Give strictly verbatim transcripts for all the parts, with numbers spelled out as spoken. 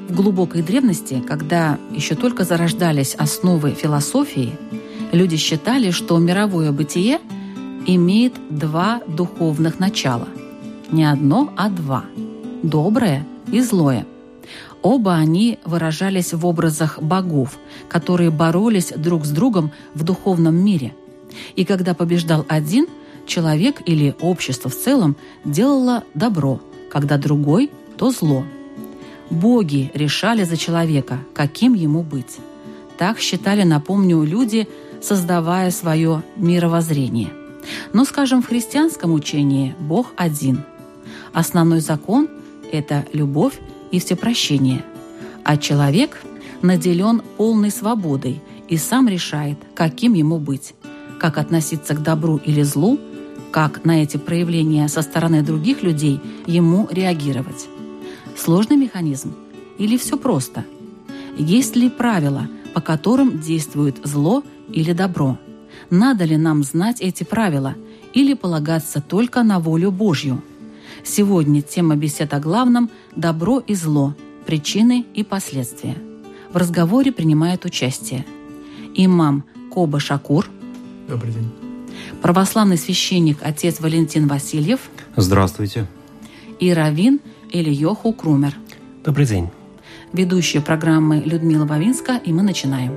В глубокой древности, когда еще только зарождались основы философии, люди считали, что мировое бытие имеет два духовных начала. Не одно, а два – доброе и злое. Оба они выражались в образах богов, которые боролись друг с другом в духовном мире. И когда побеждал один, человек или общество в целом делало добро, когда другой – то зло. Боги решали за человека, каким ему быть. Так считали, напомню, люди, создавая свое мировоззрение. Но, скажем, в христианском учении Бог один. Основной закон – это любовь и всепрощение. А человек наделен полной свободой и сам решает, каким ему быть, как относиться к добру или злу, как на эти проявления со стороны других людей ему реагировать. Сложный механизм или все просто? Есть ли правила, по которым действует зло или добро? Надо ли нам знать эти правила или полагаться только на волю Божью? Сегодня тема бесед о главном – добро и зло, причины и последствия. В разговоре принимает участие имам Коба Шакур. Добрый день. Православный священник отец Валентин Васильев. Здравствуйте. И раввин Элиёху Крумер. Добрый день. Ведущая программы Людмила Вавинска, и мы начинаем.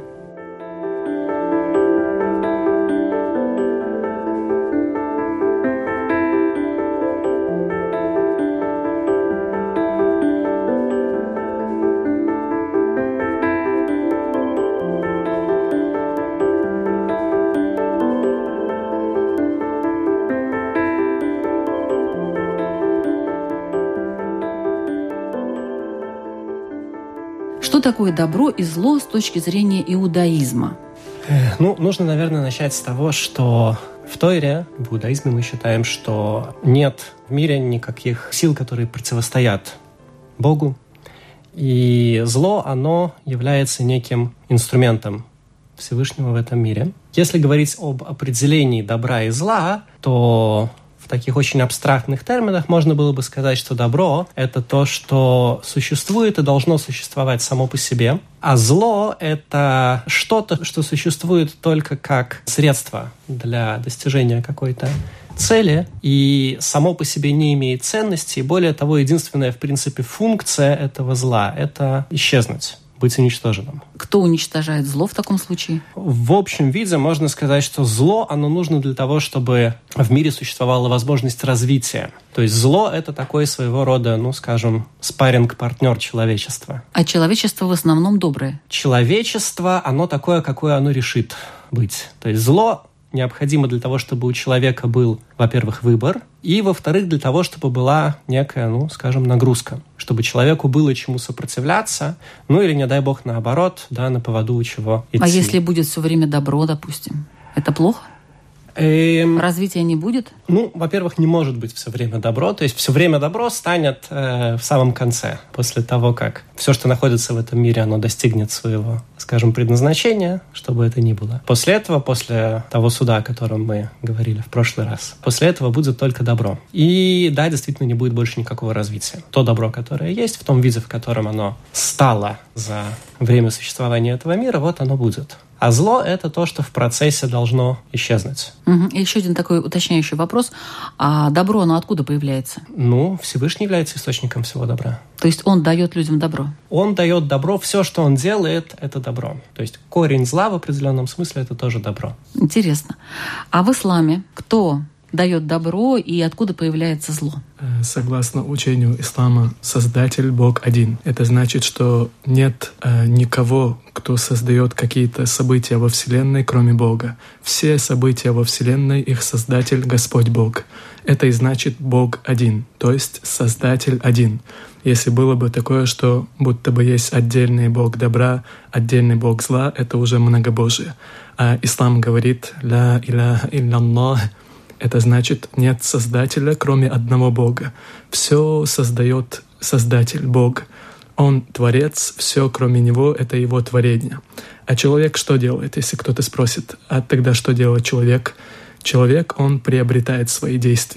Что такое добро и зло с точки зрения иудаизма? Ну, нужно, наверное, начать с того, что в Торе, в иудаизме мы считаем, что нет в мире никаких сил, которые противостоят Богу. И зло, оно является неким инструментом Всевышнего в этом мире. Если говорить об определении добра и зла, то в таких очень абстрактных терминах можно было бы сказать, что добро — это то, что существует и должно существовать само по себе, а зло — это что-то, что существует только как средство для достижения какой-то цели и само по себе не имеет ценности. И более того, единственная, в принципе, функция этого зла — это исчезнуть, быть уничтоженным. Кто уничтожает зло в таком случае? В общем виде можно сказать, что зло, оно нужно для того, чтобы в мире существовала возможность развития. То есть зло — это такой своего рода, ну, скажем, спарринг-партнер человечества. А человечество в основном доброе? Человечество, оно такое, какое оно решит быть. То есть зло необходимо для того, чтобы у человека был, во-первых, выбор, и, во-вторых, для того, чтобы была некая, ну, скажем, нагрузка, чтобы человеку было чему сопротивляться, ну, или, не дай бог, наоборот, да, на поводу у чего идти. А если будет все время добро, допустим, это плохо? Эм, Развития не будет? Ну, во-первых, не может быть все время добро. То есть все время добро станет э, в самом конце, после того, как все, что находится в этом мире, оно достигнет своего, скажем, предназначения, чтобы это ни было. После этого, после того суда, о котором мы говорили в прошлый раз, после этого будет только добро. И да, действительно, не будет больше никакого развития. То добро, которое есть, в том виде, в котором оно стало за время существования этого мира, вот оно будет. А зло — это то, что в процессе должно исчезнуть. Угу. И еще один такой уточняющий вопрос. А добро, оно откуда появляется? Ну, Всевышний является источником всего добра. То есть он дает людям добро? Он дает добро, все, что он делает, это добро. То есть корень зла в определенном смысле — это тоже добро. Интересно. А в исламе кто дает добро и откуда появляется зло? Согласно учению ислама, Создатель Бог один. Это значит, что нет э, никого, кто создает какие-то события во Вселенной, кроме Бога. Все события во Вселенной, их Создатель Господь Бог. Это и значит Бог один, то есть Создатель один. Если было бы такое, что будто бы есть отдельный Бог добра, отдельный Бог зла, это уже многобожие. А ислам говорит «Ла иляха илляллах». Это значит, нет Создателя, кроме одного Бога. Все создает Создатель, Бог. Он Творец, все, кроме Него, это Его творение. А человек что делает, если кто-то спросит? А тогда что делает человек? Человек, он приобретает свои действия.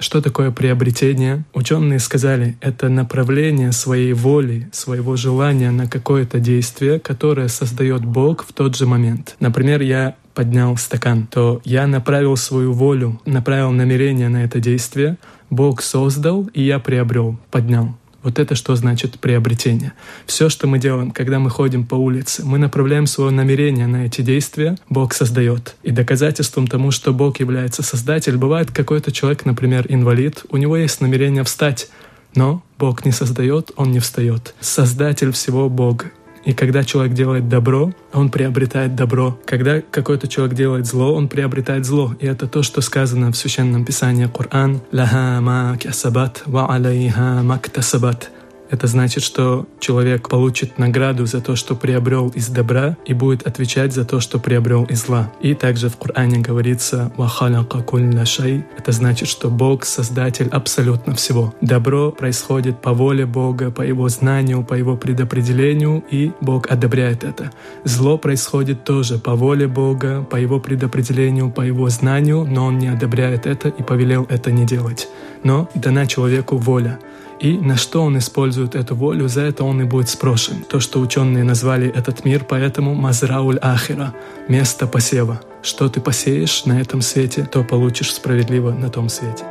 Что такое приобретение? Ученые сказали, это направление своей воли, своего желания на какое-то действие, которое создает Бог в тот же момент. Например, я поднял стакан, то я направил свою волю, направил намерение на это действие, Бог создал, и я приобрел, поднял. Вот это что значит приобретение. Все, что мы делаем, когда мы ходим по улице, мы направляем свое намерение на эти действия, Бог создает. И доказательством тому, что Бог является создателем, бывает какой-то человек, например, инвалид, у него есть намерение встать, но Бог не создает, он не встает. Создатель всего Бог. И когда человек делает добро, он приобретает добро. Когда какой-то человек делает зло, он приобретает зло. И это то, что сказано в Священном Писании Коран. «Лаха ма касабат, ва алейха ма ктасабат». Это значит, что человек получит награду за то, что приобрел из добра, и будет отвечать за то, что приобрел из зла. И также в Коране говорится «Ва халяка кулля шай». Это значит, что Бог — создатель абсолютно всего. Добро происходит по воле Бога, по Его знанию, по Его предопределению, и Бог одобряет это. Зло происходит тоже по воле Бога, по Его предопределению, по Его знанию, но Он не одобряет это и повелел это не делать. Но дана человеку воля. И на что он использует эту волю, за это он и будет спрошен. То, что ученые назвали этот мир, поэтому «мазрауль ахира» — место посева. Что ты посеешь на этом свете, то получишь справедливо на том свете.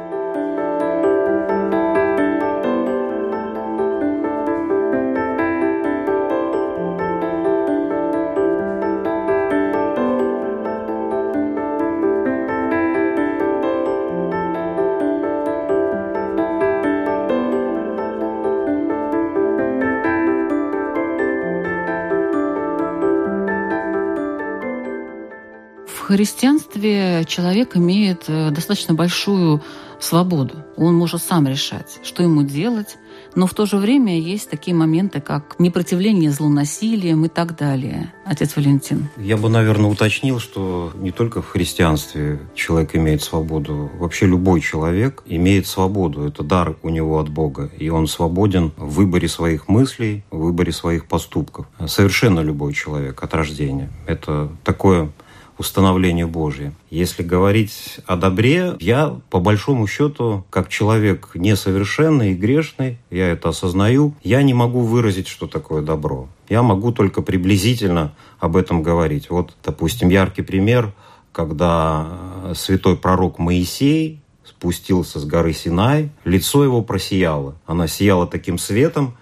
В христианстве человек имеет достаточно большую свободу. Он может сам решать, что ему делать, но в то же время есть такие моменты, как непротивление злу насилием и так далее. Отец Валентин. Я бы, наверное, уточнил, что не только в христианстве человек имеет свободу. Вообще любой человек имеет свободу. Это дар у него от Бога. И он свободен в выборе своих мыслей, в выборе своих поступков. Совершенно любой человек от рождения. Это такое установление Божье. Если говорить о добре, я, по большому счету, как человек несовершенный и грешный, я это осознаю, я не могу выразить, что такое добро. Я могу только приблизительно об этом говорить. Вот, допустим, яркий пример, когда святой пророк Моисей спустился с горы Синай, лицо его просияло. Оно сияло таким светом,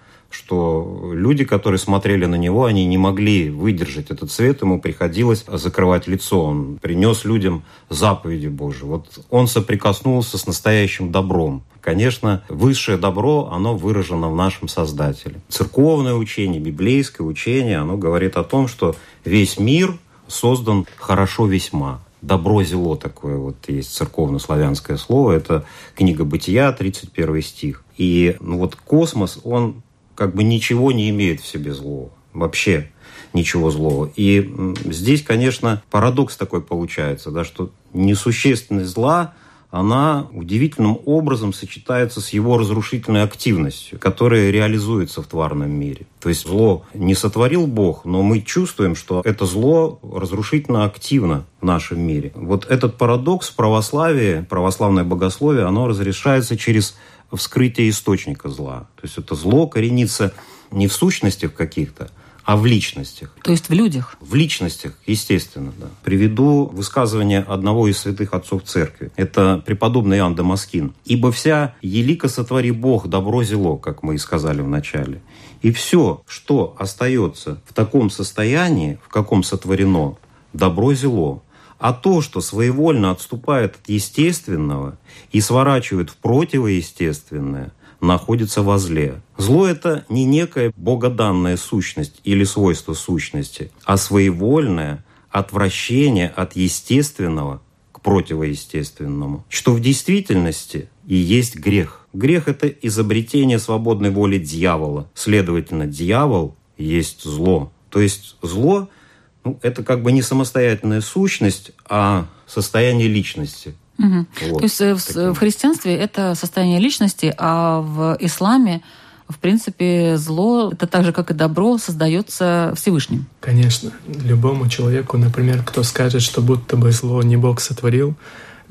что люди, которые смотрели на него, они не могли выдержать этот свет, ему приходилось закрывать лицо. Он принес людям заповеди Божьи. Вот он соприкоснулся с настоящим добром. Конечно, высшее добро, оно выражено в нашем Создателе. Церковное учение, библейское учение, оно говорит о том, что весь мир создан хорошо весьма. Добро зело такое вот есть церковно-славянское слово. Это книга Бытия, тридцать первый стих. И ну, вот космос, он как бы ничего не имеет в себе злого. Вообще ничего злого. И здесь, конечно, парадокс такой получается, да, что несущественность зла, она удивительным образом сочетается с его разрушительной активностью, которая реализуется в тварном мире. То есть зло не сотворил Бог, но мы чувствуем, что это зло разрушительно активно в нашем мире. Вот этот парадокс в православии, православное богословие, оно разрешается через вскрытие источника зла. То есть это зло коренится не в сущностях каких-то, а в личностях. То есть в людях? В личностях, естественно, да. Приведу высказывание одного из святых отцов церкви. Это преподобный Иоанн Дамаскин. «Ибо вся елика сотвори Бог добро зело», как мы и сказали в начале. И все, что остается в таком состоянии, в каком сотворено, добро зело. А то, что своевольно отступает от естественного и сворачивает в противоестественное, находится во зле. Зло — это не некая богоданная сущность или свойство сущности, а своевольное отвращение от естественного к противоестественному, что в действительности и есть грех. Грех — это изобретение свободной воли дьявола. Следовательно, дьявол есть зло. То есть зло — ну, это как бы не самостоятельная сущность, а состояние личности. Угу. Вот. То есть в, в христианстве это состояние личности, а в исламе, в принципе, зло, это так же, как и добро, создается Всевышним. Конечно. Любому человеку, например, кто скажет, что будто бы зло не Бог сотворил,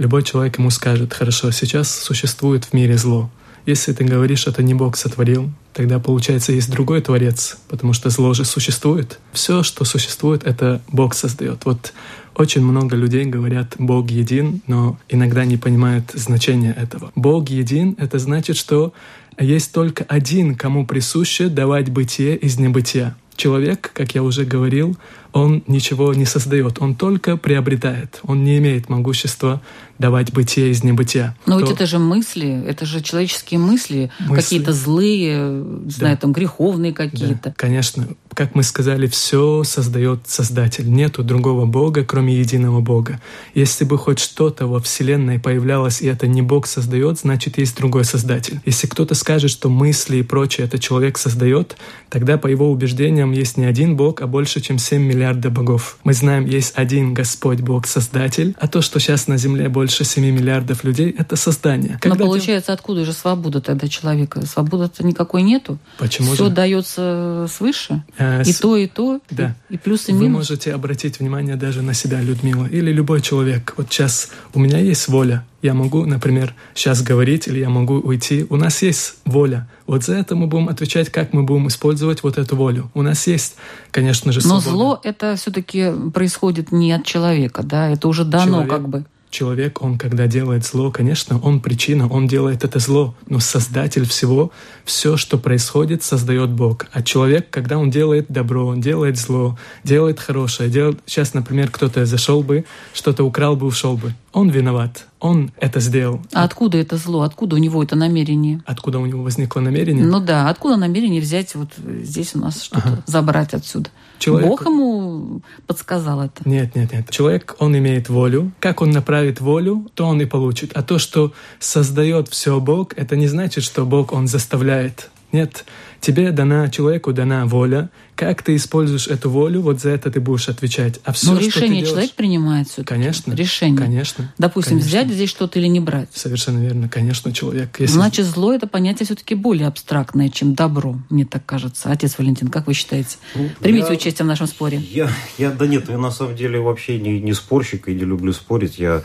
любой человек ему скажет: хорошо, сейчас существует в мире зло. Если ты говоришь, это не Бог сотворил, тогда, получается, есть другой Творец, потому что зло же существует. Все, что существует, это Бог создает. Вот очень много людей говорят «Бог един», но иногда не понимают значения этого. Бог един — это значит, что есть только один, кому присуще давать бытие из небытия. Человек, как я уже говорил, он ничего не создает, он только приобретает. Он не имеет могущества давать бытие из небытия. Но То... ведь это же мысли, это же человеческие мысли, мысли. Какие-то злые, не да. знаю, там, греховные какие-то. Да, конечно. Как мы сказали, все создает Создатель. Нету другого Бога, кроме единого Бога. Если бы хоть что-то во Вселенной появлялось, и это не Бог создает, значит, есть другой Создатель. Если кто-то скажет, что мысли и прочее это человек создает, тогда, по его убеждениям, есть не один Бог, а больше, чем семь миллиардов богов. Мы знаем, есть один Господь Бог Создатель, а то, что сейчас на Земле больше семи миллиардов людей, это создание. Но Когда получается, дел... откуда же свобода тогда человека? Свободы-то никакой нету. Почему Все же? дается свыше. А, и с... то, и то, да. и, и плюс, и Вы минус. можете обратить внимание даже на себя, Людмила, или любой человек. Вот сейчас у меня есть воля. Я могу, например, сейчас говорить, или я могу уйти. У нас есть воля. Вот за это мы будем отвечать, как мы будем использовать вот эту волю. У нас есть, конечно же, свобода. Но зло это все-таки происходит не от человека, да? Это уже дано Человек... как бы. Человек, он когда делает зло, конечно, он причина, он делает это зло, но создатель всего, все, что происходит, создает Бог. А человек, когда он делает добро, он делает зло, делает хорошее, делает... Сейчас, например, кто-то зашел бы, что-то украл бы, ушел бы. Он виноват, он это сделал. А откуда это зло? Откуда у него это намерение? Откуда у него возникло намерение? Ну да, откуда намерение взять вот здесь у нас что-то, ага. забрать отсюда? Человек... Бог ему подсказал это? Нет, нет, нет. Человек, он имеет волю. Как он направит волю, то он и получит. А то, что создает все Бог, это не значит, что Бог, он заставляет. Нет, тебе дана, человеку дана воля. Как ты используешь эту волю, вот за это ты будешь отвечать. А все, Но что решение ты делаешь... человек принимает всё-таки. Конечно. Решение. Конечно. Допустим, конечно. взять здесь что-то или не брать. Совершенно верно. Конечно, человек. Если... Значит, зло — это понятие все-таки более абстрактное, чем добро, мне так кажется. Отец Валентин, как вы считаете? Ну, Примите я... участие в нашем споре. Я, я, да нет, я на самом деле вообще не, не спорщик и не люблю спорить. Я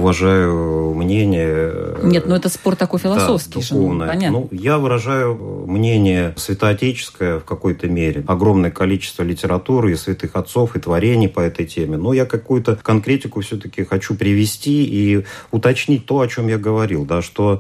уважаю мнение... Нет, ну это спор такой философский. Да, духовное. Понятно. Ну, я выражаю мнение святоотеческое в какой-то мере. Огромное количество литературы и святых отцов, и творений по этой теме. Но я какую-то конкретику все-таки хочу привести и уточнить то, о чем я говорил, да, что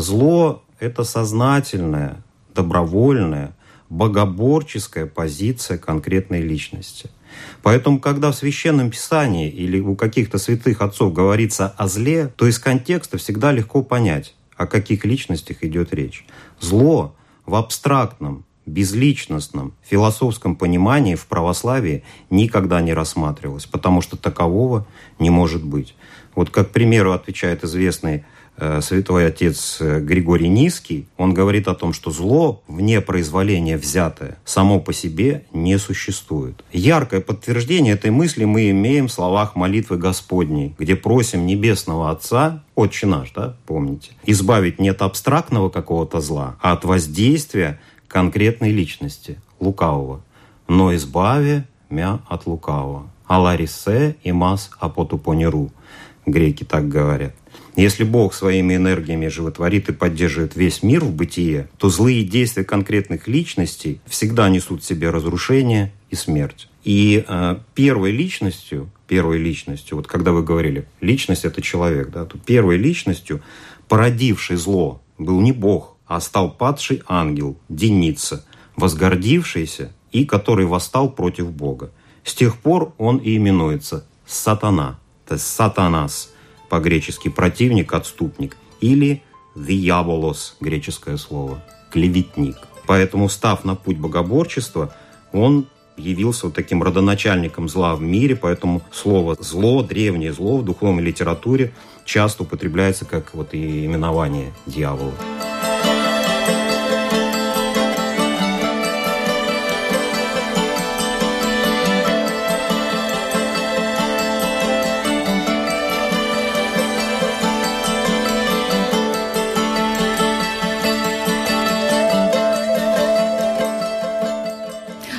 зло – это сознательная, добровольная, богоборческая позиция конкретной личности. Поэтому, когда в Священном Писании или у каких-то святых отцов говорится о зле, то из контекста всегда легко понять, о каких личностях идет речь. Зло в абстрактном, безличностном философском понимании в православии никогда не рассматривалось, потому что такового не может быть. Вот как, к примеру, отвечает известный э, святой отец Григорий Низкий, он говорит о том, что зло, вне произволения взятое, само по себе не существует. Яркое подтверждение этой мысли мы имеем в словах молитвы Господней, где просим Небесного Отца, Отче наш, да, помните, избавить не от абстрактного какого-то зла, а от воздействия конкретной личности, лукавого. Но избави мя от лукавого. Аларисе имас апотупониру. Греки так говорят. Если Бог своими энергиями животворит и поддерживает весь мир в бытие, то злые действия конкретных личностей всегда несут в себе разрушение и смерть. И э, первой личностью, первой личностью, вот когда вы говорили, личность — это человек, да, то первой личностью, породившей зло, был не Бог, а стал падший ангел, Деница, возгордившийся и который восстал против Бога. С тех пор он и именуется сатана, то есть сатанас, по-гречески противник, отступник, или диаболос, греческое слово, клеветник. Поэтому, став на путь богоборчества, он явился вот таким родоначальником зла в мире, поэтому слово «зло», древнее зло в духовной литературе часто употребляется как вот и именование дьявола.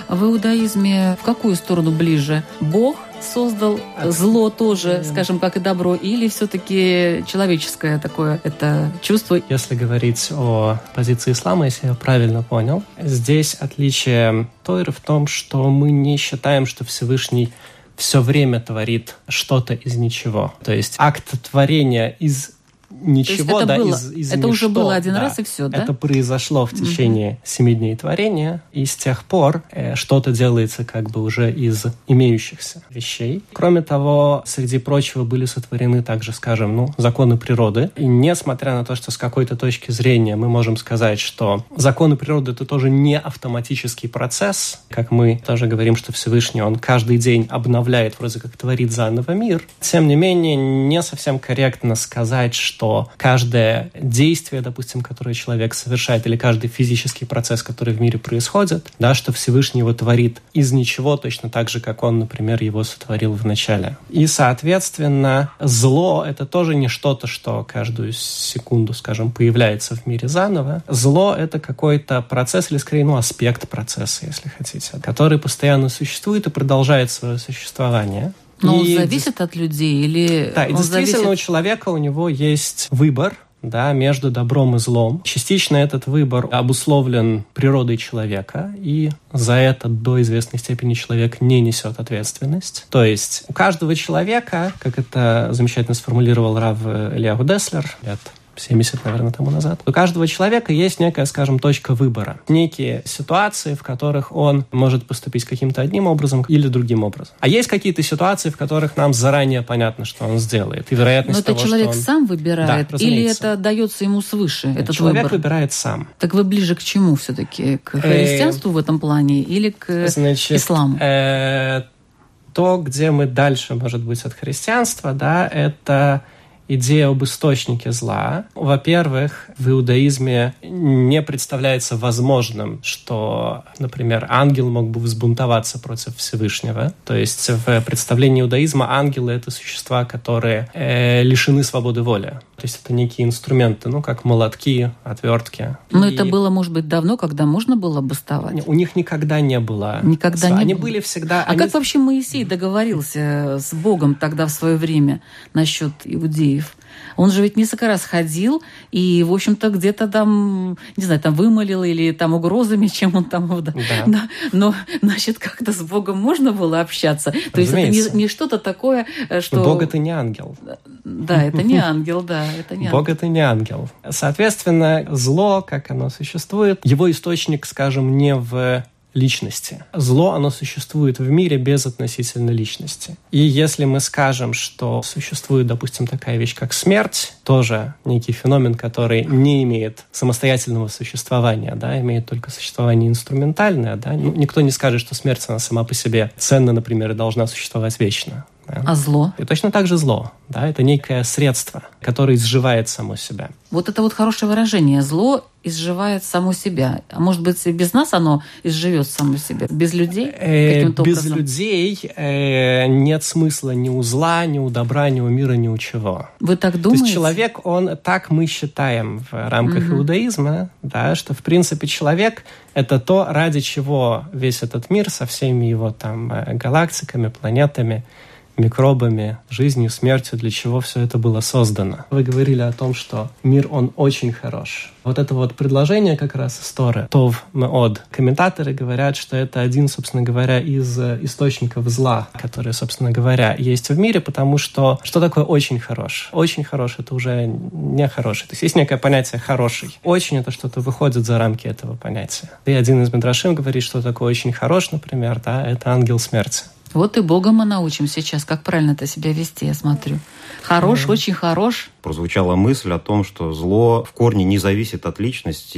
В иудаизме в какую сторону ближе? Бог создал зло тоже, скажем, как и добро, или все-таки человеческое такое это чувство? Если говорить о позиции ислама, если я правильно понял, здесь отличие Торы в том, что мы не считаем, что Всевышний все время творит что-то из ничего. То есть акт творения из ничего, это да, было, из, из это ничто, уже было один да. раз и все, да? Это произошло в течение mm-hmm. семи дней творения, и с тех пор э, что-то делается как бы уже из имеющихся вещей. Кроме того, среди прочего были сотворены также, скажем, ну, законы природы. И несмотря на то, что с какой-то точки зрения мы можем сказать, что законы природы — это тоже не автоматический процесс, как мы тоже говорим, что Всевышний, он каждый день обновляет, вроде как творит заново мир, тем не менее, не совсем корректно сказать, что что каждое действие, допустим, которое человек совершает, или каждый физический процесс, который в мире происходит, да, что Всевышний его творит из ничего, точно так же, как он, например, его сотворил в начале. И, соответственно, зло — это тоже не что-то, что каждую секунду, скажем, появляется в мире заново. Зло — это какой-то процесс, или, скорее, ну, аспект процесса, если хотите, который постоянно существует и продолжает свое существование. Но он и зависит от людей или... Да, и он действительно зависит... у человека, у него есть выбор, да, между добром и злом. Частично этот выбор обусловлен природой человека, и за это до известной степени человек не несет ответственность. То есть у каждого человека, как это замечательно сформулировал рав Элияху Деслер лет семьдесят, наверное, тому назад, у каждого человека есть некая, скажем, точка выбора. Некие ситуации, в которых он может поступить каким-то одним образом или другим образом. А есть какие-то ситуации, в которых нам заранее понятно, что он сделает. И вероятность Но это того, человек что он... сам выбирает? Да, или это дается ему свыше, Нет, этот человек выбор? выбирает сам. Так вы ближе к чему все-таки? К христианству в этом плане или к Значит, исламу? Э, то, где мы дальше, может быть, от христианства, да, это... идея об источнике зла. Во-первых, в иудаизме не представляется возможным, что, например, ангел мог бы взбунтоваться против Всевышнего. То есть в представлении иудаизма ангелы — это существа, которые э, лишены свободы воли. То есть это некие инструменты, ну, как молотки, отвертки. Но И... это было, может быть, давно, когда можно было бастовать? У них никогда не было. Никогда не Они было. были всегда... А они... как вообще Моисей договорился с Богом тогда в свое время насчет иудеев? Он же ведь несколько раз ходил и, в общем-то, где-то там, не знаю, там вымолил или там угрозами, чем он там... Да. Да. Но, значит, как-то с Богом можно было общаться. То есть это не, не что-то такое, что... Но Бог — это не ангел. Да, это не ангел, да. Это не Бог — это не ангел. Соответственно, зло, как оно существует, его источник, скажем, не в личности. Зло, оно существует в мире без относительно личности. И если мы скажем, что существует, допустим, такая вещь, как смерть, тоже некий феномен, который не имеет самостоятельного существования, да, имеет только существование инструментальное, да, никто не скажет, что смерть, она сама по себе ценна, например, и должна существовать вечно. Да. А зло? И точно так же зло. Да, это некое средство, которое изживает само себя. Вот это вот хорошее выражение. Зло изживает само себя. А может быть, и без нас оно изживет само себя? Без людей? Э, каким-то без образом? людей э, нет смысла ни у зла, ни у добра, ни у мира, ни у чего. Вы так думаете? То есть человек, он, так мы считаем в рамках угу. иудаизма, да, что, в принципе, человек — это то, ради чего весь этот мир со всеми его там галактиками, планетами, микробами, жизнью, смертью, для чего все это было создано. Вы говорили о том, что мир, он очень хорош. Вот это вот предложение как раз из Торы, Тов Меод. Комментаторы говорят, что это один, собственно говоря, из источников зла, которые, собственно говоря, есть в мире, потому что что такое очень хорош? Очень хорош — это уже не хороший. То есть есть некое понятие «хороший». Очень — это что-то выходит за рамки этого понятия. И один из мидрашим говорит, что такое очень хорош, например, да, это ангел смерти. Вот и Бога мы научим сейчас, как правильно-то себя вести, я смотрю. Хорош, mm. очень хорош. Прозвучала мысль о том, что зло в корне не зависит от личности,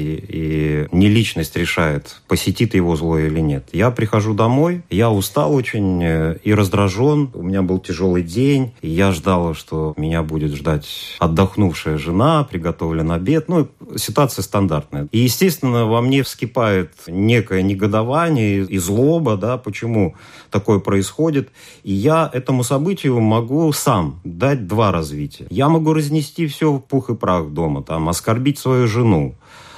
и не личность решает, посетит его зло или нет. Я прихожу домой, я устал очень и раздражен, у меня был тяжелый день, и я ждал, что меня будет ждать отдохнувшая жена, приготовлен обед. Ну, ситуация стандартная. И, естественно, во мне вскипает некое негодование и злоба, да, почему такое происходит. происходит, и я этому событию могу сам дать два развития. Я могу разнести все в пух и прах дома, там, оскорбить свою жену,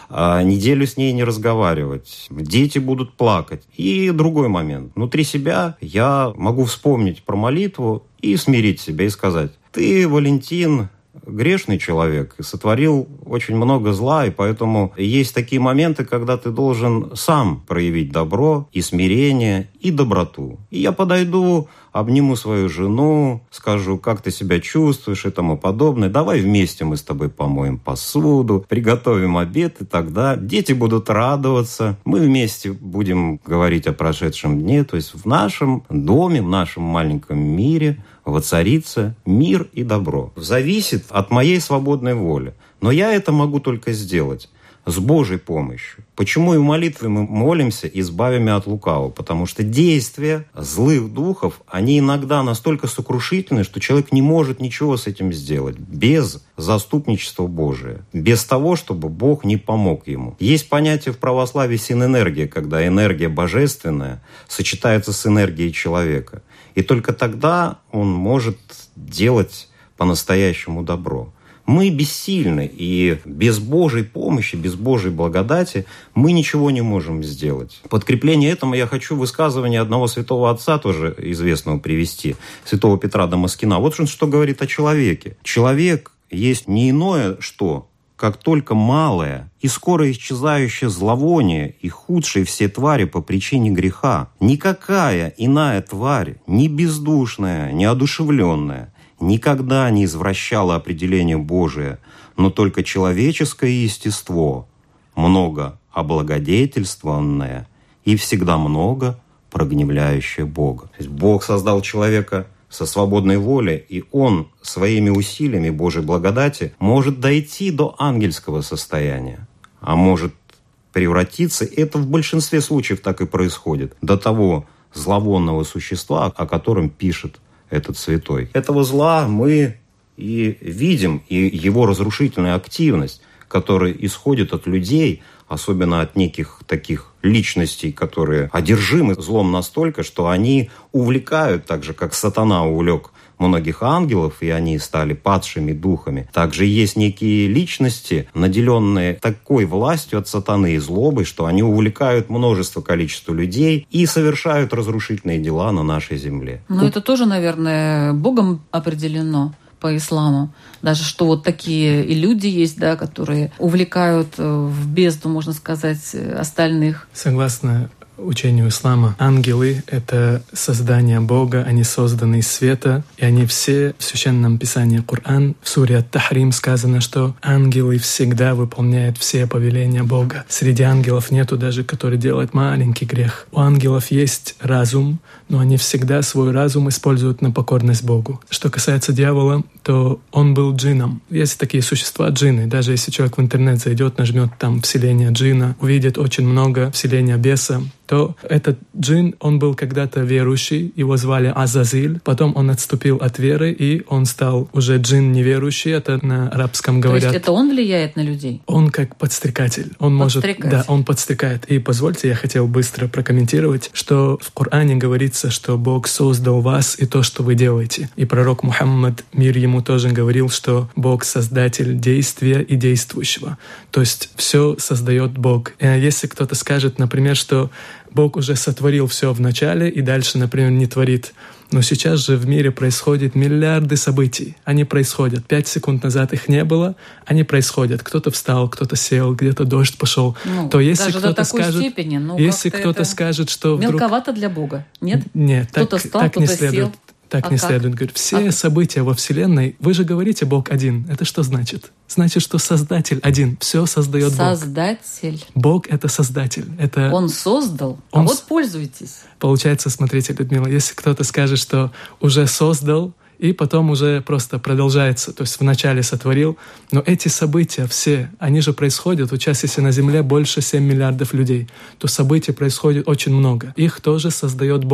а неделю с ней не разговаривать. Дети будут плакать. И другой момент. Внутри себя я могу вспомнить про молитву и смирить себя и сказать: ты, Валентин, грешный человек, и сотворил очень много зла, и поэтому есть такие моменты, когда ты должен сам проявить добро и смирение, и доброту. И я подойду, обниму свою жену, скажу, как ты себя чувствуешь и тому подобное. Давай вместе мы с тобой помоем посуду, приготовим обед, и тогда дети будут радоваться. Мы вместе будем говорить о прошедшем дне. То есть в нашем доме, в нашем маленьком мире воцарится мир и добро. Зависит от моей свободной воли. Но я это могу только сделать с Божьей помощью. Почему и в молитве мы молимся: избави меня от лукавого? Потому что действия злых духов, они иногда настолько сокрушительны, что человек не может ничего с этим сделать без заступничества Божия, без того, чтобы Бог не помог ему. Есть понятие в православии синэнергия, когда энергия божественная сочетается с энергией человека. И только тогда он может делать по-настоящему добро. Мы бессильны, и без Божьей помощи, без Божьей благодати мы ничего не можем сделать. В подкрепление этому я хочу высказывание одного святого отца, тоже известного, привести, святого Петра Дамаскина. Вот он что говорит о человеке. Человек есть не иное что, как только малое и скоро исчезающее зловоние и худшие все твари по причине греха. Никакая иная тварь, ни бездушная, ни одушевленная, никогда не извращала определение Божие, но только человеческое естество, много облагодетельствованное и всегда много прогневляющее Бога. То есть Бог создал человека со свободной волей, и он своими усилиями Божьей благодати может дойти до ангельского состояния, а может превратиться, это в большинстве случаев так и происходит, до того зловонного существа, о котором пишет этот святой. Этого зла мы и видим, и его разрушительная активность, которая исходит от людей, особенно от неких таких личностей, которые одержимы злом настолько, что они увлекают, так же, как сатана увлек многих ангелов, и они стали падшими духами. Также есть некие личности, наделенные такой властью от сатаны и злобой, что они увлекают множество количества людей и совершают разрушительные дела на нашей земле. Но это тоже, наверное, Богом определено по исламу. Даже что вот такие и люди есть, да, которые увлекают в бездну, можно сказать, остальных. Согласно учению ислама, ангелы — это создание Бога, они созданы из света, и они все в Священном Писании Коран, в суре Ат-Тахрим сказано, что ангелы всегда выполняют все повеления Бога. Среди ангелов нету даже, который делает маленький грех. У ангелов есть разум, но они всегда свой разум используют на покорность Богу. Что касается дьявола, то он был джинном. Есть такие существа джинны. Даже если человек в интернет зайдет, нажмет там «вселение джинна», увидит очень много вселения беса, то этот джин, он был когда-то верующий, его звали Азазиль, потом он отступил от веры, и он стал уже джин неверующий, это на арабском говорят. То есть это он влияет на людей? Он как подстрекатель. Он может, да, он подстрекает. И позвольте, я хотел быстро прокомментировать, что в Коране говорится, что Бог создал вас и то, что вы делаете. И пророк Мухаммад, мир ему, тоже говорил, что Бог создатель действия и действующего. То есть все создает Бог. И если кто-то скажет, например, что Бог уже сотворил все в начале и дальше, например, не творит. Но сейчас же в мире происходят миллиарды событий. Они происходят. Пять секунд назад их не было, они происходят. Кто-то встал, кто-то сел, где-то дождь пошел. Ну, то если даже кто-то до такой скажет, степени, ну, если кто-то скажет, что вдруг... Мелковато для Бога, нет? Нет, так, кто-то встал, так не кто-то следует. сел. Так а не как? следует. Говорит, все а... события во Вселенной, вы же говорите, Бог один. Это что значит? Значит, что Создатель один. Все создает Бог. Создатель. Бог — это Создатель. Это... Он создал, Он... а вот пользуйтесь. Получается, смотрите, Людмила, если кто-то скажет, что уже создал, и потом уже просто продолжается, то есть вначале сотворил, но эти события все, они же происходят, вот сейчас, если на Земле больше семь миллиардов людей, то событий происходит очень много. Их тоже создает Бог.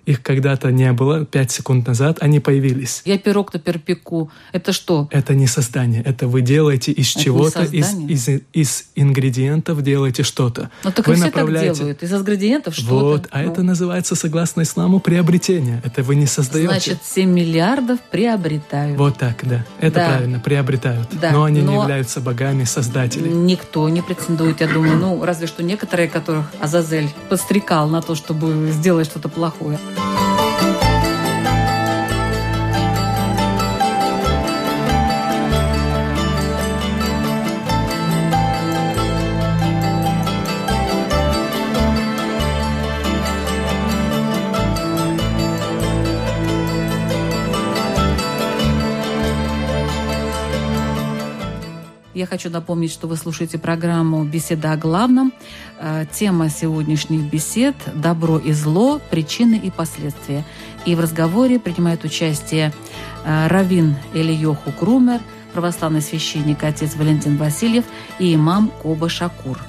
Их когда-то не было, пять секунд назад они появились. Я пирог теперь пеку. Это что? Это не создание. Это вы делаете из это чего-то, из, из, из ингредиентов делаете что-то. Ну так вы и все направляете... так делают. Из ингредиентов что-то. Вот, а ну. это называется, согласно исламу, приобретение. Это вы не создаете. Значит, семь миллиардов приобретают. Вот так, да. Это да. правильно, приобретают. Да. Но они Но... не являются богами, создателями. Никто не претендует, я думаю. Ну, разве что некоторые, которых Азазель подстрекал на то, чтобы сделать что-то плохое. Я хочу напомнить, что вы слушаете программу «Беседа о главном». Тема сегодняшних бесед – «Добро и зло. Причины и последствия». И в разговоре принимает участие раввин Элиоху Крумер, православный священник отец Валентин Васильев и имам Коба Шакур.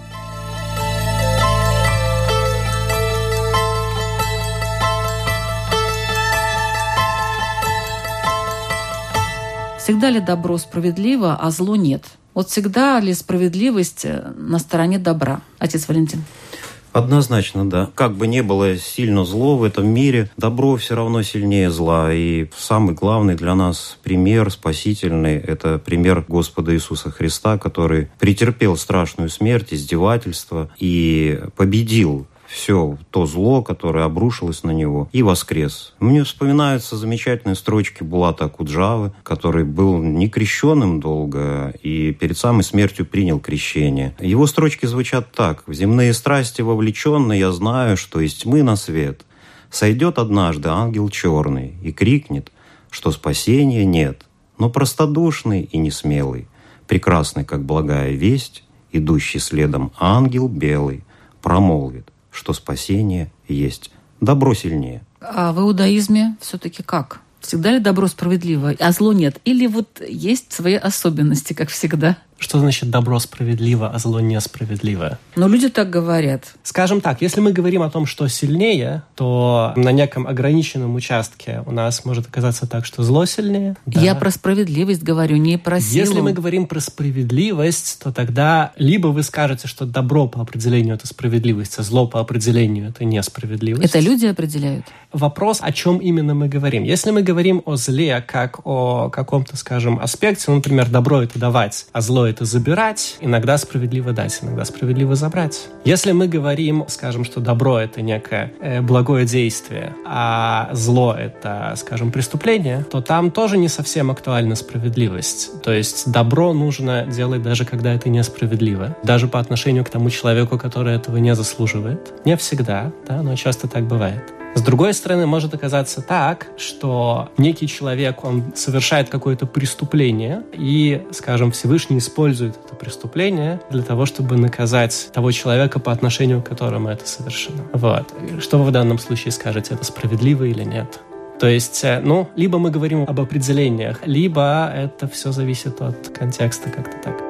Всегда ли добро справедливо, а зло нет? Вот всегда ли справедливость на стороне добра? Отец Валентин. Однозначно, да. Как бы ни было сильно зло в этом мире, добро все равно сильнее зла. И самый главный для нас пример спасительный – это пример Господа Иисуса Христа, который претерпел страшную смерть, издевательство и победил все то зло, которое обрушилось на него, и воскрес. Мне вспоминаются замечательные строчки Булата Акуджавы, который был некрещенным долго и перед самой смертью принял крещение. Его строчки звучат так: «В земные страсти вовлеченный я знаю, что из тьмы на свет сойдет однажды ангел черный и крикнет, что спасения нет, но простодушный и несмелый, прекрасный, как благая весть, идущий следом ангел белый, промолвит, что спасение есть. Добро сильнее». А в иудаизме все-таки как? Всегда ли добро справедливо, а зло нет? Или вот есть свои особенности, как всегда? Что значит добро справедливо, а зло несправедливо? Но люди так говорят. Скажем так, если мы говорим о том, что сильнее, то на неком ограниченном участке у нас может оказаться так, что зло сильнее. Да. Я про справедливость говорю, не про силу. Если мы говорим про справедливость, то тогда либо вы скажете, что добро по определению — это справедливость, а зло по определению — это несправедливость. Это люди определяют? Вопрос, о чем именно мы говорим. Если мы говорим о зле как о каком-то, скажем, аспекте, ну, например, добро — это давать, а зло — это забирать, иногда справедливо дать, иногда справедливо забрать. Если мы говорим, скажем, что добро — это некое э, благое действие, а зло — это, скажем, преступление, то там тоже не совсем актуальна справедливость. То есть добро нужно делать даже когда это несправедливо, даже по отношению к тому человеку, который этого не заслуживает. Не всегда, да, но часто так бывает. С другой стороны, может оказаться так, что некий человек, он совершает какое-то преступление, и, скажем, Всевышний использует это преступление для того, чтобы наказать того человека, по отношению к которому это совершено. Вот. Что вы в данном случае скажете, это справедливо или нет? То есть, ну, либо мы говорим об определениях, либо это все зависит от контекста, как-то так.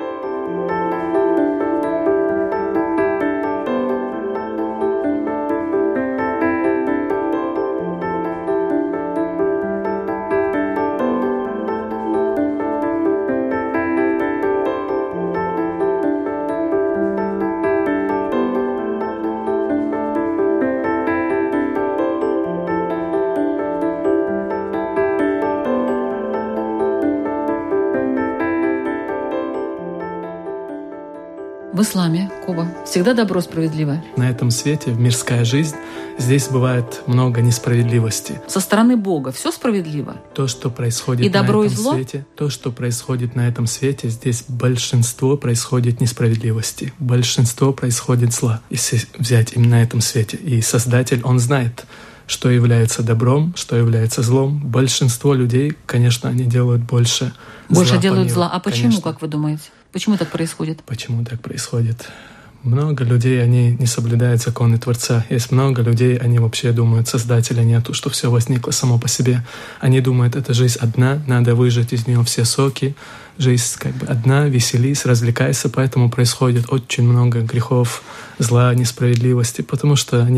В исламе, Коба, всегда добро справедливое. На этом свете, в мирская жизнь, здесь бывает много несправедливости. Со стороны Бога все справедливо? То, что происходит и на добро, этом и зло? свете, то, что происходит на этом свете, здесь большинство происходит несправедливости, большинство происходит зла, если взять именно на этом свете. И Создатель, Он знает, что является добром, что является злом. Большинство людей, конечно, они делают больше зла. Больше делают зла. А почему, конечно. как вы думаете? Почему так происходит? Почему так происходит? Много людей, они не соблюдают законы Творца. Есть много людей, они вообще думают, Создателя нету, что все возникло само по себе. Они думают, эта жизнь одна, надо выжать из нее все соки. Жизнь как бы одна, веселись, развлекайся. Поэтому происходит очень много грехов, зла, несправедливости, потому что они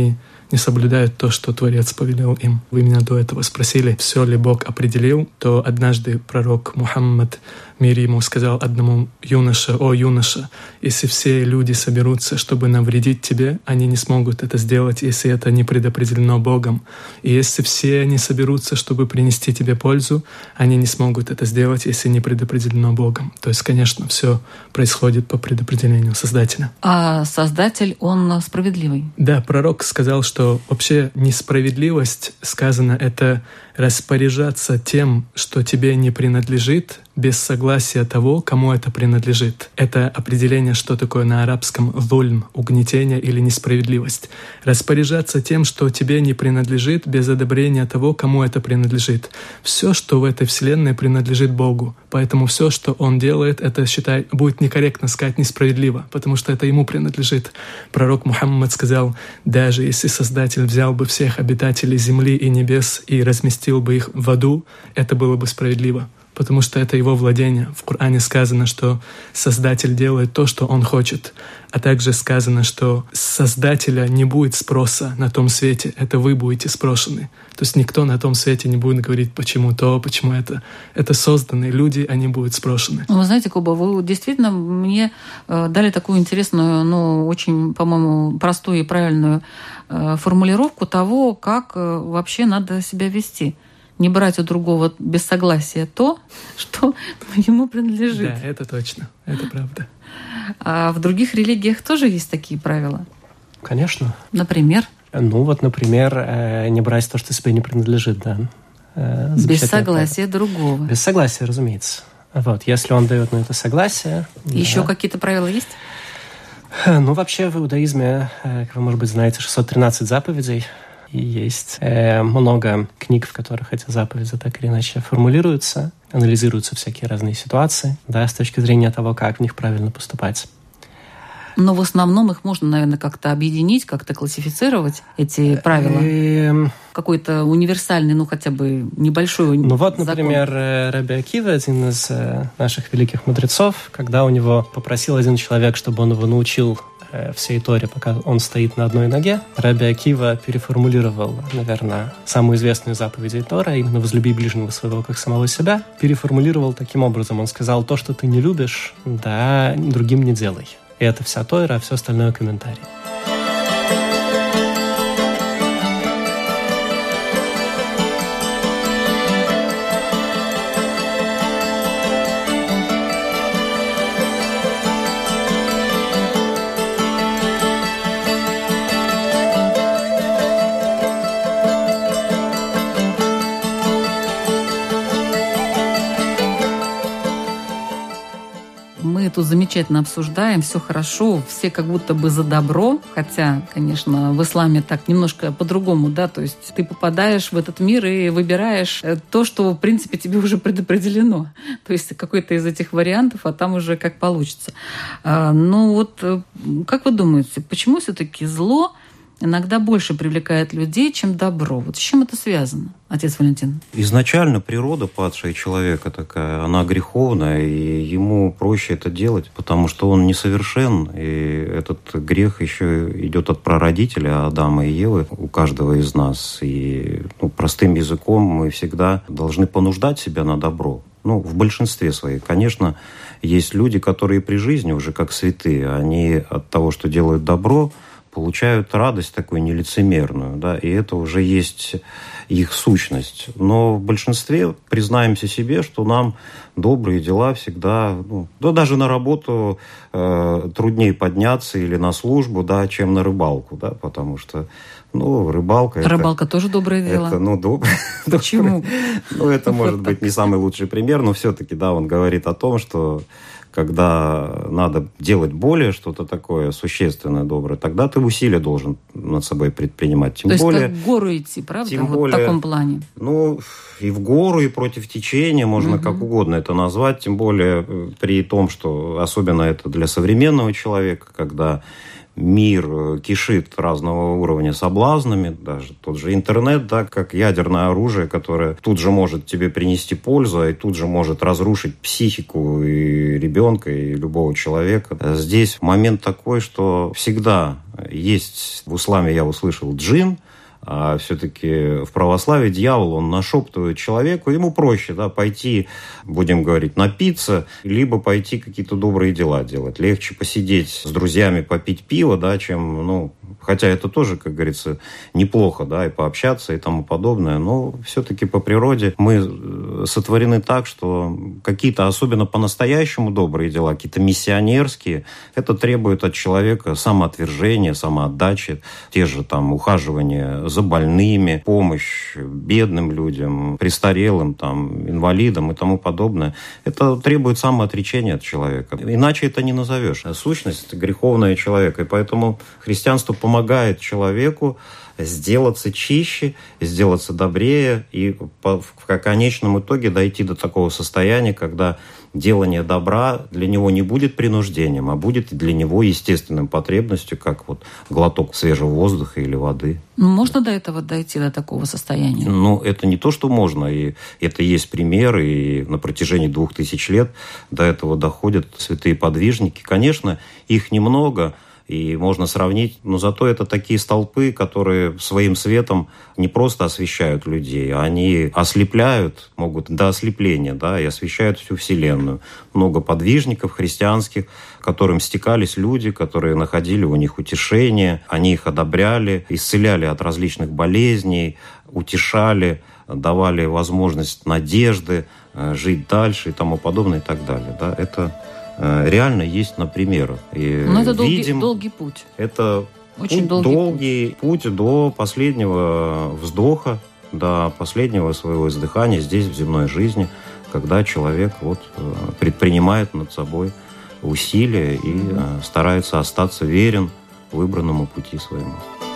не соблюдают то, что Творец повелел им. Вы меня до этого спросили, все ли Бог определил, то однажды пророк Мухаммад, мир ему, сказал одному юноше: «О, юноша, если все люди соберутся, чтобы навредить тебе, они не смогут это сделать, если это не предопределено Богом. И если все они соберутся, чтобы принести тебе пользу, они не смогут это сделать, если не предопределено Богом». То есть, конечно, все происходит по предопределению Создателя. А Создатель, он справедливый? Да, пророк сказал, что вообще несправедливость, сказано, это распоряжаться тем, что тебе не принадлежит, без согласия того, кому это принадлежит. Это определение, что такое на арабском «зульм» — угнетение или несправедливость. Распоряжаться тем, что тебе не принадлежит, без одобрения того, кому это принадлежит. Все, что в этой вселенной, принадлежит Богу. Поэтому все, что Он делает, это, считай, будет некорректно сказать несправедливо, потому что это Ему принадлежит. Пророк Мухаммад сказал: даже если Создатель взял бы всех обитателей земли и небес и разместил бы их в аду, это было бы справедливо, потому что это Его владение. В Коране сказано, что Создатель делает то, что Он хочет. А также сказано, что с Создателя не будет спроса на том свете, это вы будете спрошены. То есть никто на том свете не будет говорить, почему то, почему это. Это созданные люди, они будут спрошены. Вы знаете, Куба, вы действительно мне дали такую интересную, но очень, по-моему, простую и правильную формулировку того, как вообще надо себя вести. Не брать у другого без согласия то, что ему принадлежит. Да, это точно, это правда. А в других религиях тоже есть такие правила? Конечно. Например? Ну вот, например, не брать то, что себе не принадлежит, да. Без согласия правило. Другого. Без согласия, разумеется. Вот, если он дает на это согласие. Еще да. какие-то правила есть? Ну, вообще в иудаизме, как вы, может быть, знаете, шестьсот тринадцать заповедей. И есть э, много книг, в которых эти заповеди так или иначе формулируются, анализируются всякие разные ситуации, да, с точки зрения того, как в них правильно поступать. Но в основном их можно, наверное, как-то объединить, как-то классифицировать, эти правила. Какой-то универсальный, ну хотя бы небольшой Ну вот, закон. Например, Раби Акива, один из наших великих мудрецов, когда у него попросил один человек, чтобы он его научил всей Торе, пока он стоит на одной ноге, Раби Акива переформулировал, наверное, самую известную заповедь Тора, именно «возлюби ближнего своего, как самого себя», переформулировал таким образом. Он сказал: то, что ты не любишь, да, другим не делай. И это вся Тора, а все остальное — комментарий. Тут замечательно обсуждаем, все хорошо, все как будто бы за добро, хотя, конечно, в исламе так немножко по-другому, да, то есть ты попадаешь в этот мир и выбираешь то, что, в принципе, тебе уже предопределено, то есть какой-то из этих вариантов, а там уже как получится. Ну вот, как вы думаете, почему все-таки зло иногда больше привлекает людей, чем добро? Вот с чем это связано, отец Валентин? Изначально природа падшего человека такая, она греховная, и ему проще это делать, потому что он несовершен, и этот грех еще идет от прародителя Адама и Евы, у каждого из нас. И ну, простым языком мы всегда должны понуждать себя на добро. Ну, в большинстве своих. Конечно, есть люди, которые при жизни уже как святые, они от того, что делают добро, получают радость такую нелицемерную, да, и это уже есть их сущность. Но в большинстве признаемся себе, что нам добрые дела всегда, ну, да даже на работу э, труднее подняться или на службу, да, чем на рыбалку, да, потому что, ну, рыбалка... Рыбалка это, тоже доброе дело. Это, ну, доброе. Почему? Ну, это может быть не самый лучший пример, но все-таки, да, он говорит о том, что когда надо делать более что-то такое существенное, доброе, тогда ты усилия должен над собой предпринимать. Тем То более, есть как в гору идти, правда? Тем вот более, в таком плане. Ну, и в гору, и против течения, можно угу. как угодно это назвать. Тем более при том, что особенно это для современного человека, когда мир кишит разного уровня соблазнами, даже тот же интернет, да, как ядерное оружие, которое тут же может тебе принести пользу, и тут же может разрушить психику и ребенка, и любого человека. Здесь момент такой, что всегда есть, в исламе я услышал, джин, А все-таки в православии дьявол, он нашептывает человеку, ему проще, да, пойти, будем говорить, напиться, либо пойти какие-то добрые дела делать. Легче посидеть с друзьями, попить пиво, да, чем, ну, хотя это тоже, как говорится, неплохо, да, и пообщаться и тому подобное, но все-таки по природе мы сотворены так, что какие-то, особенно по-настоящему добрые дела, какие-то миссионерские, это требует от человека самоотвержения, самоотдачи, те же там ухаживания за больными, помощь бедным людям, престарелым, там, инвалидам и тому подобное. Это требует самоотречения от человека. Иначе это не назовешь. Сущность греховная человека, и поэтому христианство помогает человеку сделаться чище, сделаться добрее и в конечном итоге дойти до такого состояния, когда делание добра для него не будет принуждением, а будет для него естественным потребностью, как вот глоток свежего воздуха или воды. Можно до этого дойти, до такого состояния? Ну, это не то, что можно, и это есть примеры, и на протяжении двух тысяч лет до этого доходят святые подвижники. Конечно, их немного, и можно сравнить, но зато это такие столпы, которые своим светом не просто освещают людей, а они ослепляют, могут до ослепления, да, и освещают всю Вселенную. Много подвижников христианских, к которым стекались люди, которые находили у них утешение, они их одобряли, исцеляли от различных болезней, утешали, давали возможность надежды, жить дальше и тому подобное и так далее. Да. Это реально есть на примерах. И Но это долгий, видим, долгий путь. Это очень путь, долгий, долгий путь. путь до последнего вздоха, до последнего своего издыхания здесь, в земной жизни, когда человек вот предпринимает над собой усилия и старается остаться верен выбранному пути своему.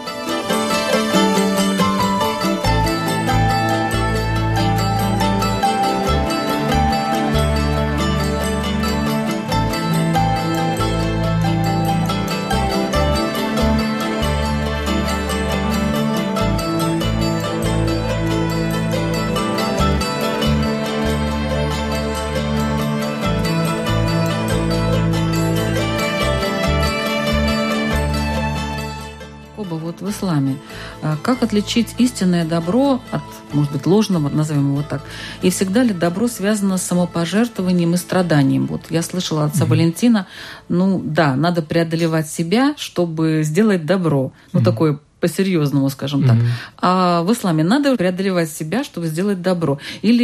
В исламе. Как отличить истинное добро от, может быть, ложного, назовем его так? И всегда ли добро связано с самопожертвованием и страданием? Вот я слышала от отца mm-hmm. Валентина, ну да, надо преодолевать себя, чтобы сделать добро. Ну, mm-hmm. такое по-серьезному, скажем mm-hmm. так. А в исламе надо преодолевать себя, чтобы сделать добро?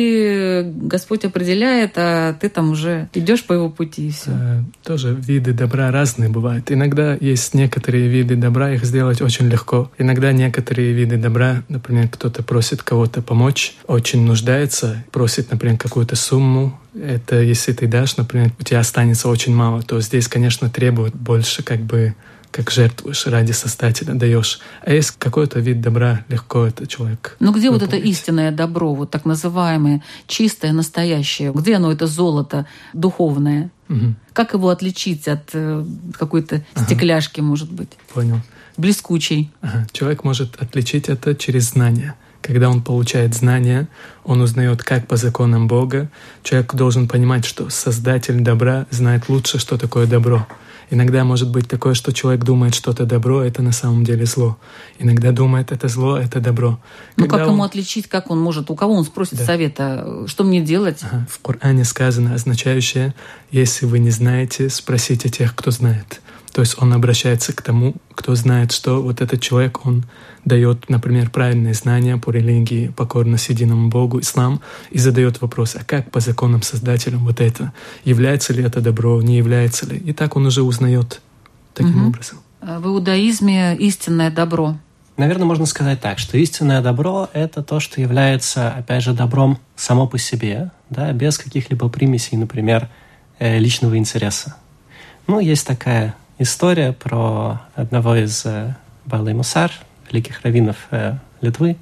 Или Господь определяет, а ты там уже идешь по его пути и все? Э, тоже виды добра разные бывают. Иногда есть некоторые виды добра, их сделать очень легко. Иногда некоторые виды добра, например, кто-то просит кого-то помочь, очень нуждается, просит, например, какую-то сумму. Это если ты дашь, например, у тебя останется очень мало, то здесь, конечно, требует больше, как бы как жертвуешь ради Создателя, даешь. А есть какой-то вид добра, легко это человек. Ну где выполнить. Вот это истинное добро, вот так называемое, чистое, настоящее? Где оно, это золото духовное? Угу. Как его отличить от э, какой-то ага. стекляшки, может быть? Понял. Блескучей. Ага. Человек может отличить это через знания. Когда он получает знания, он узнает, как по законам Бога. Человек должен понимать, что Создатель добра знает лучше, что такое добро. Иногда может быть такое, что человек думает, что это добро, это на самом деле зло. Иногда думает, это зло, это добро. Ну как он... ему отличить, как он может, у кого он спросит да. совета, что мне делать? Ага. В Коране сказано, означающее, если вы не знаете, спросите тех, кто знает. То есть он обращается к тому, кто знает, что вот этот человек, он дает, например, правильные знания по религии, покорность единому Богу, ислам, и задает вопрос, а как по законам Создателя вот это? Является ли это добро, не является ли? И так он уже узнает таким угу. образом. В иудаизме истинное добро. Наверное, можно сказать так, что истинное добро — это то, что является, опять же, добром само по себе, да, без каких-либо примесей, например, личного интереса. Ну, есть такая история про одного из э, Баалей Мусар, великих раввинов э, Литвы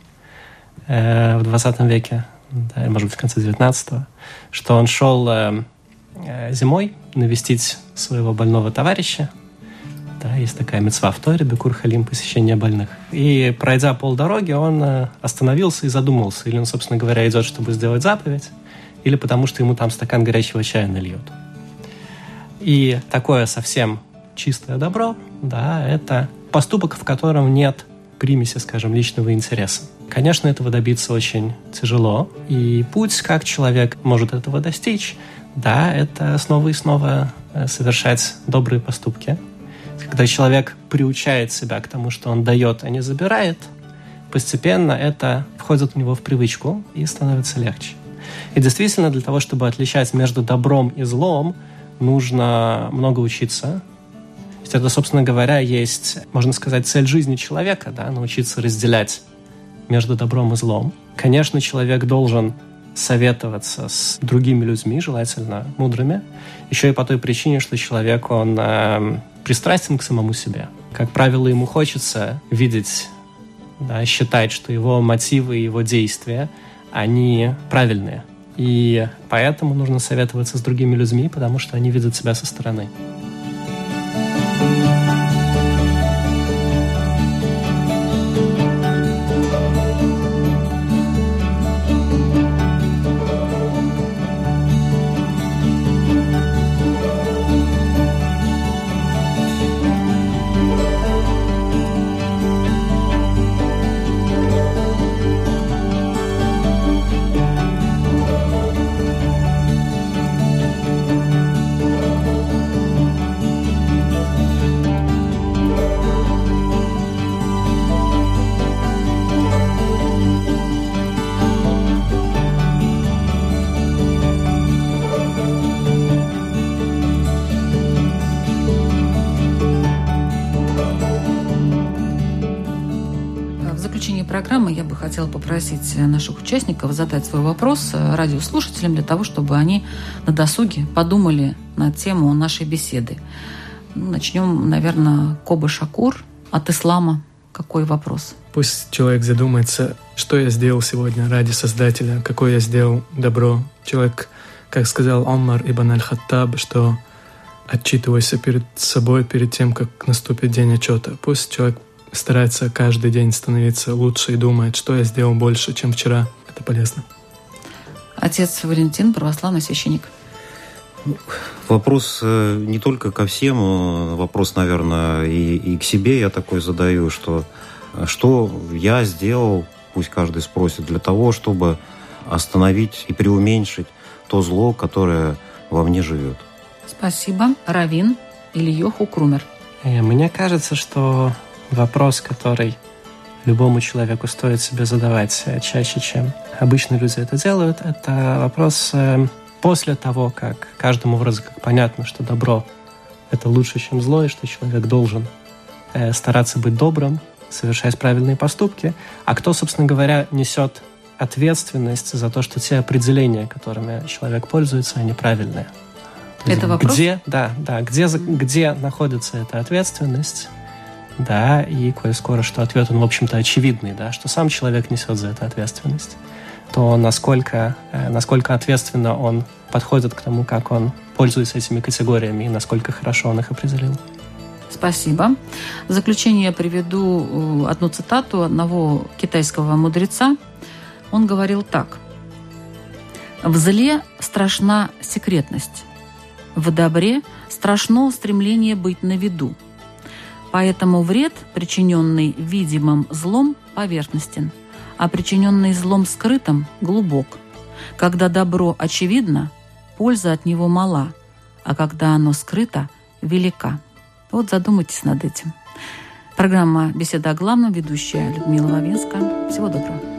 э, в двадцатом веке, да, может быть, в конце девятнадцатого, что он шел э, э, зимой навестить своего больного товарища. Да, есть такая мицва в Торе, бикур халим, посещение больных. И, пройдя полдороги, он э, остановился и задумался. Или он, собственно говоря, идет, чтобы сделать заповедь, или потому что ему там стакан горячего чая нальют. И такое совсем чистое добро, да, это поступок, в котором нет примеси, скажем, личного интереса. Конечно, этого добиться очень тяжело, и путь, как человек может этого достичь, да, это снова и снова совершать добрые поступки. Когда человек приучает себя к тому, что он дает, а не забирает, постепенно это входит у него в привычку и становится легче. И действительно, для того, чтобы отличать между добром и злом, нужно много учиться. Это, собственно говоря, есть, можно сказать, цель жизни человека, да, научиться разделять между добром и злом. Конечно, человек должен советоваться с другими людьми, желательно мудрыми, еще и по той причине, что человек, он э, пристрастен к самому себе. Как правило, ему хочется видеть, да, считать, что его мотивы и его действия, они правильные. И поэтому нужно советоваться с другими людьми, потому что они видят себя со стороны. Программы я бы хотела попросить наших участников задать свой вопрос радиослушателям для того, чтобы они на досуге подумали на тему нашей беседы. Начнем, наверное, Коба Шакур от ислама. Какой вопрос? Пусть человек задумается, что я сделал сегодня ради Создателя, какое я сделал добро. Человек, как сказал Омар ибн аль-Хаттаб, что отчитывайся перед собой перед тем, как наступит день отчета. Пусть человек старается каждый день становиться лучше и думает, что я сделал больше, чем вчера. Это полезно. Отец Валентин, православный священник. Вопрос не только ко всем, вопрос, наверное, и, и к себе я такой задаю, что что я сделал, пусть каждый спросит, для того, чтобы остановить и преуменьшить то зло, которое во мне живет. Спасибо. Равин Ильёху Крумер. Мне кажется, что вопрос, который любому человеку стоит себе задавать чаще, чем обычные люди это делают, это вопрос после того, как каждому вроде как понятно, что добро — это лучше, чем зло, и что человек должен стараться быть добрым, совершать правильные поступки. А кто, собственно говоря, несет ответственность за то, что те определения, которыми человек пользуется, они правильные? То есть это вопрос? Где, да, да, где, где находится эта ответственность? Да, и коль скоро, что ответ, он, в общем-то, очевидный, да, что сам человек несет за это ответственность, то насколько, насколько ответственно он подходит к тому, как он пользуется этими категориями, и насколько хорошо он их определил. Спасибо. В заключение я приведу одну цитату одного китайского мудреца. Он говорил так. «В зле страшна секретность, в добре страшно стремление быть на виду. Поэтому вред, причиненный видимым злом, поверхностен, а причиненный злом скрытым глубок. Когда добро очевидно, польза от него мала, а когда оно скрыто, велика». Вот задумайтесь над этим. Программа «Беседа о главном», ведущая Людмила Вавинска. Всего доброго.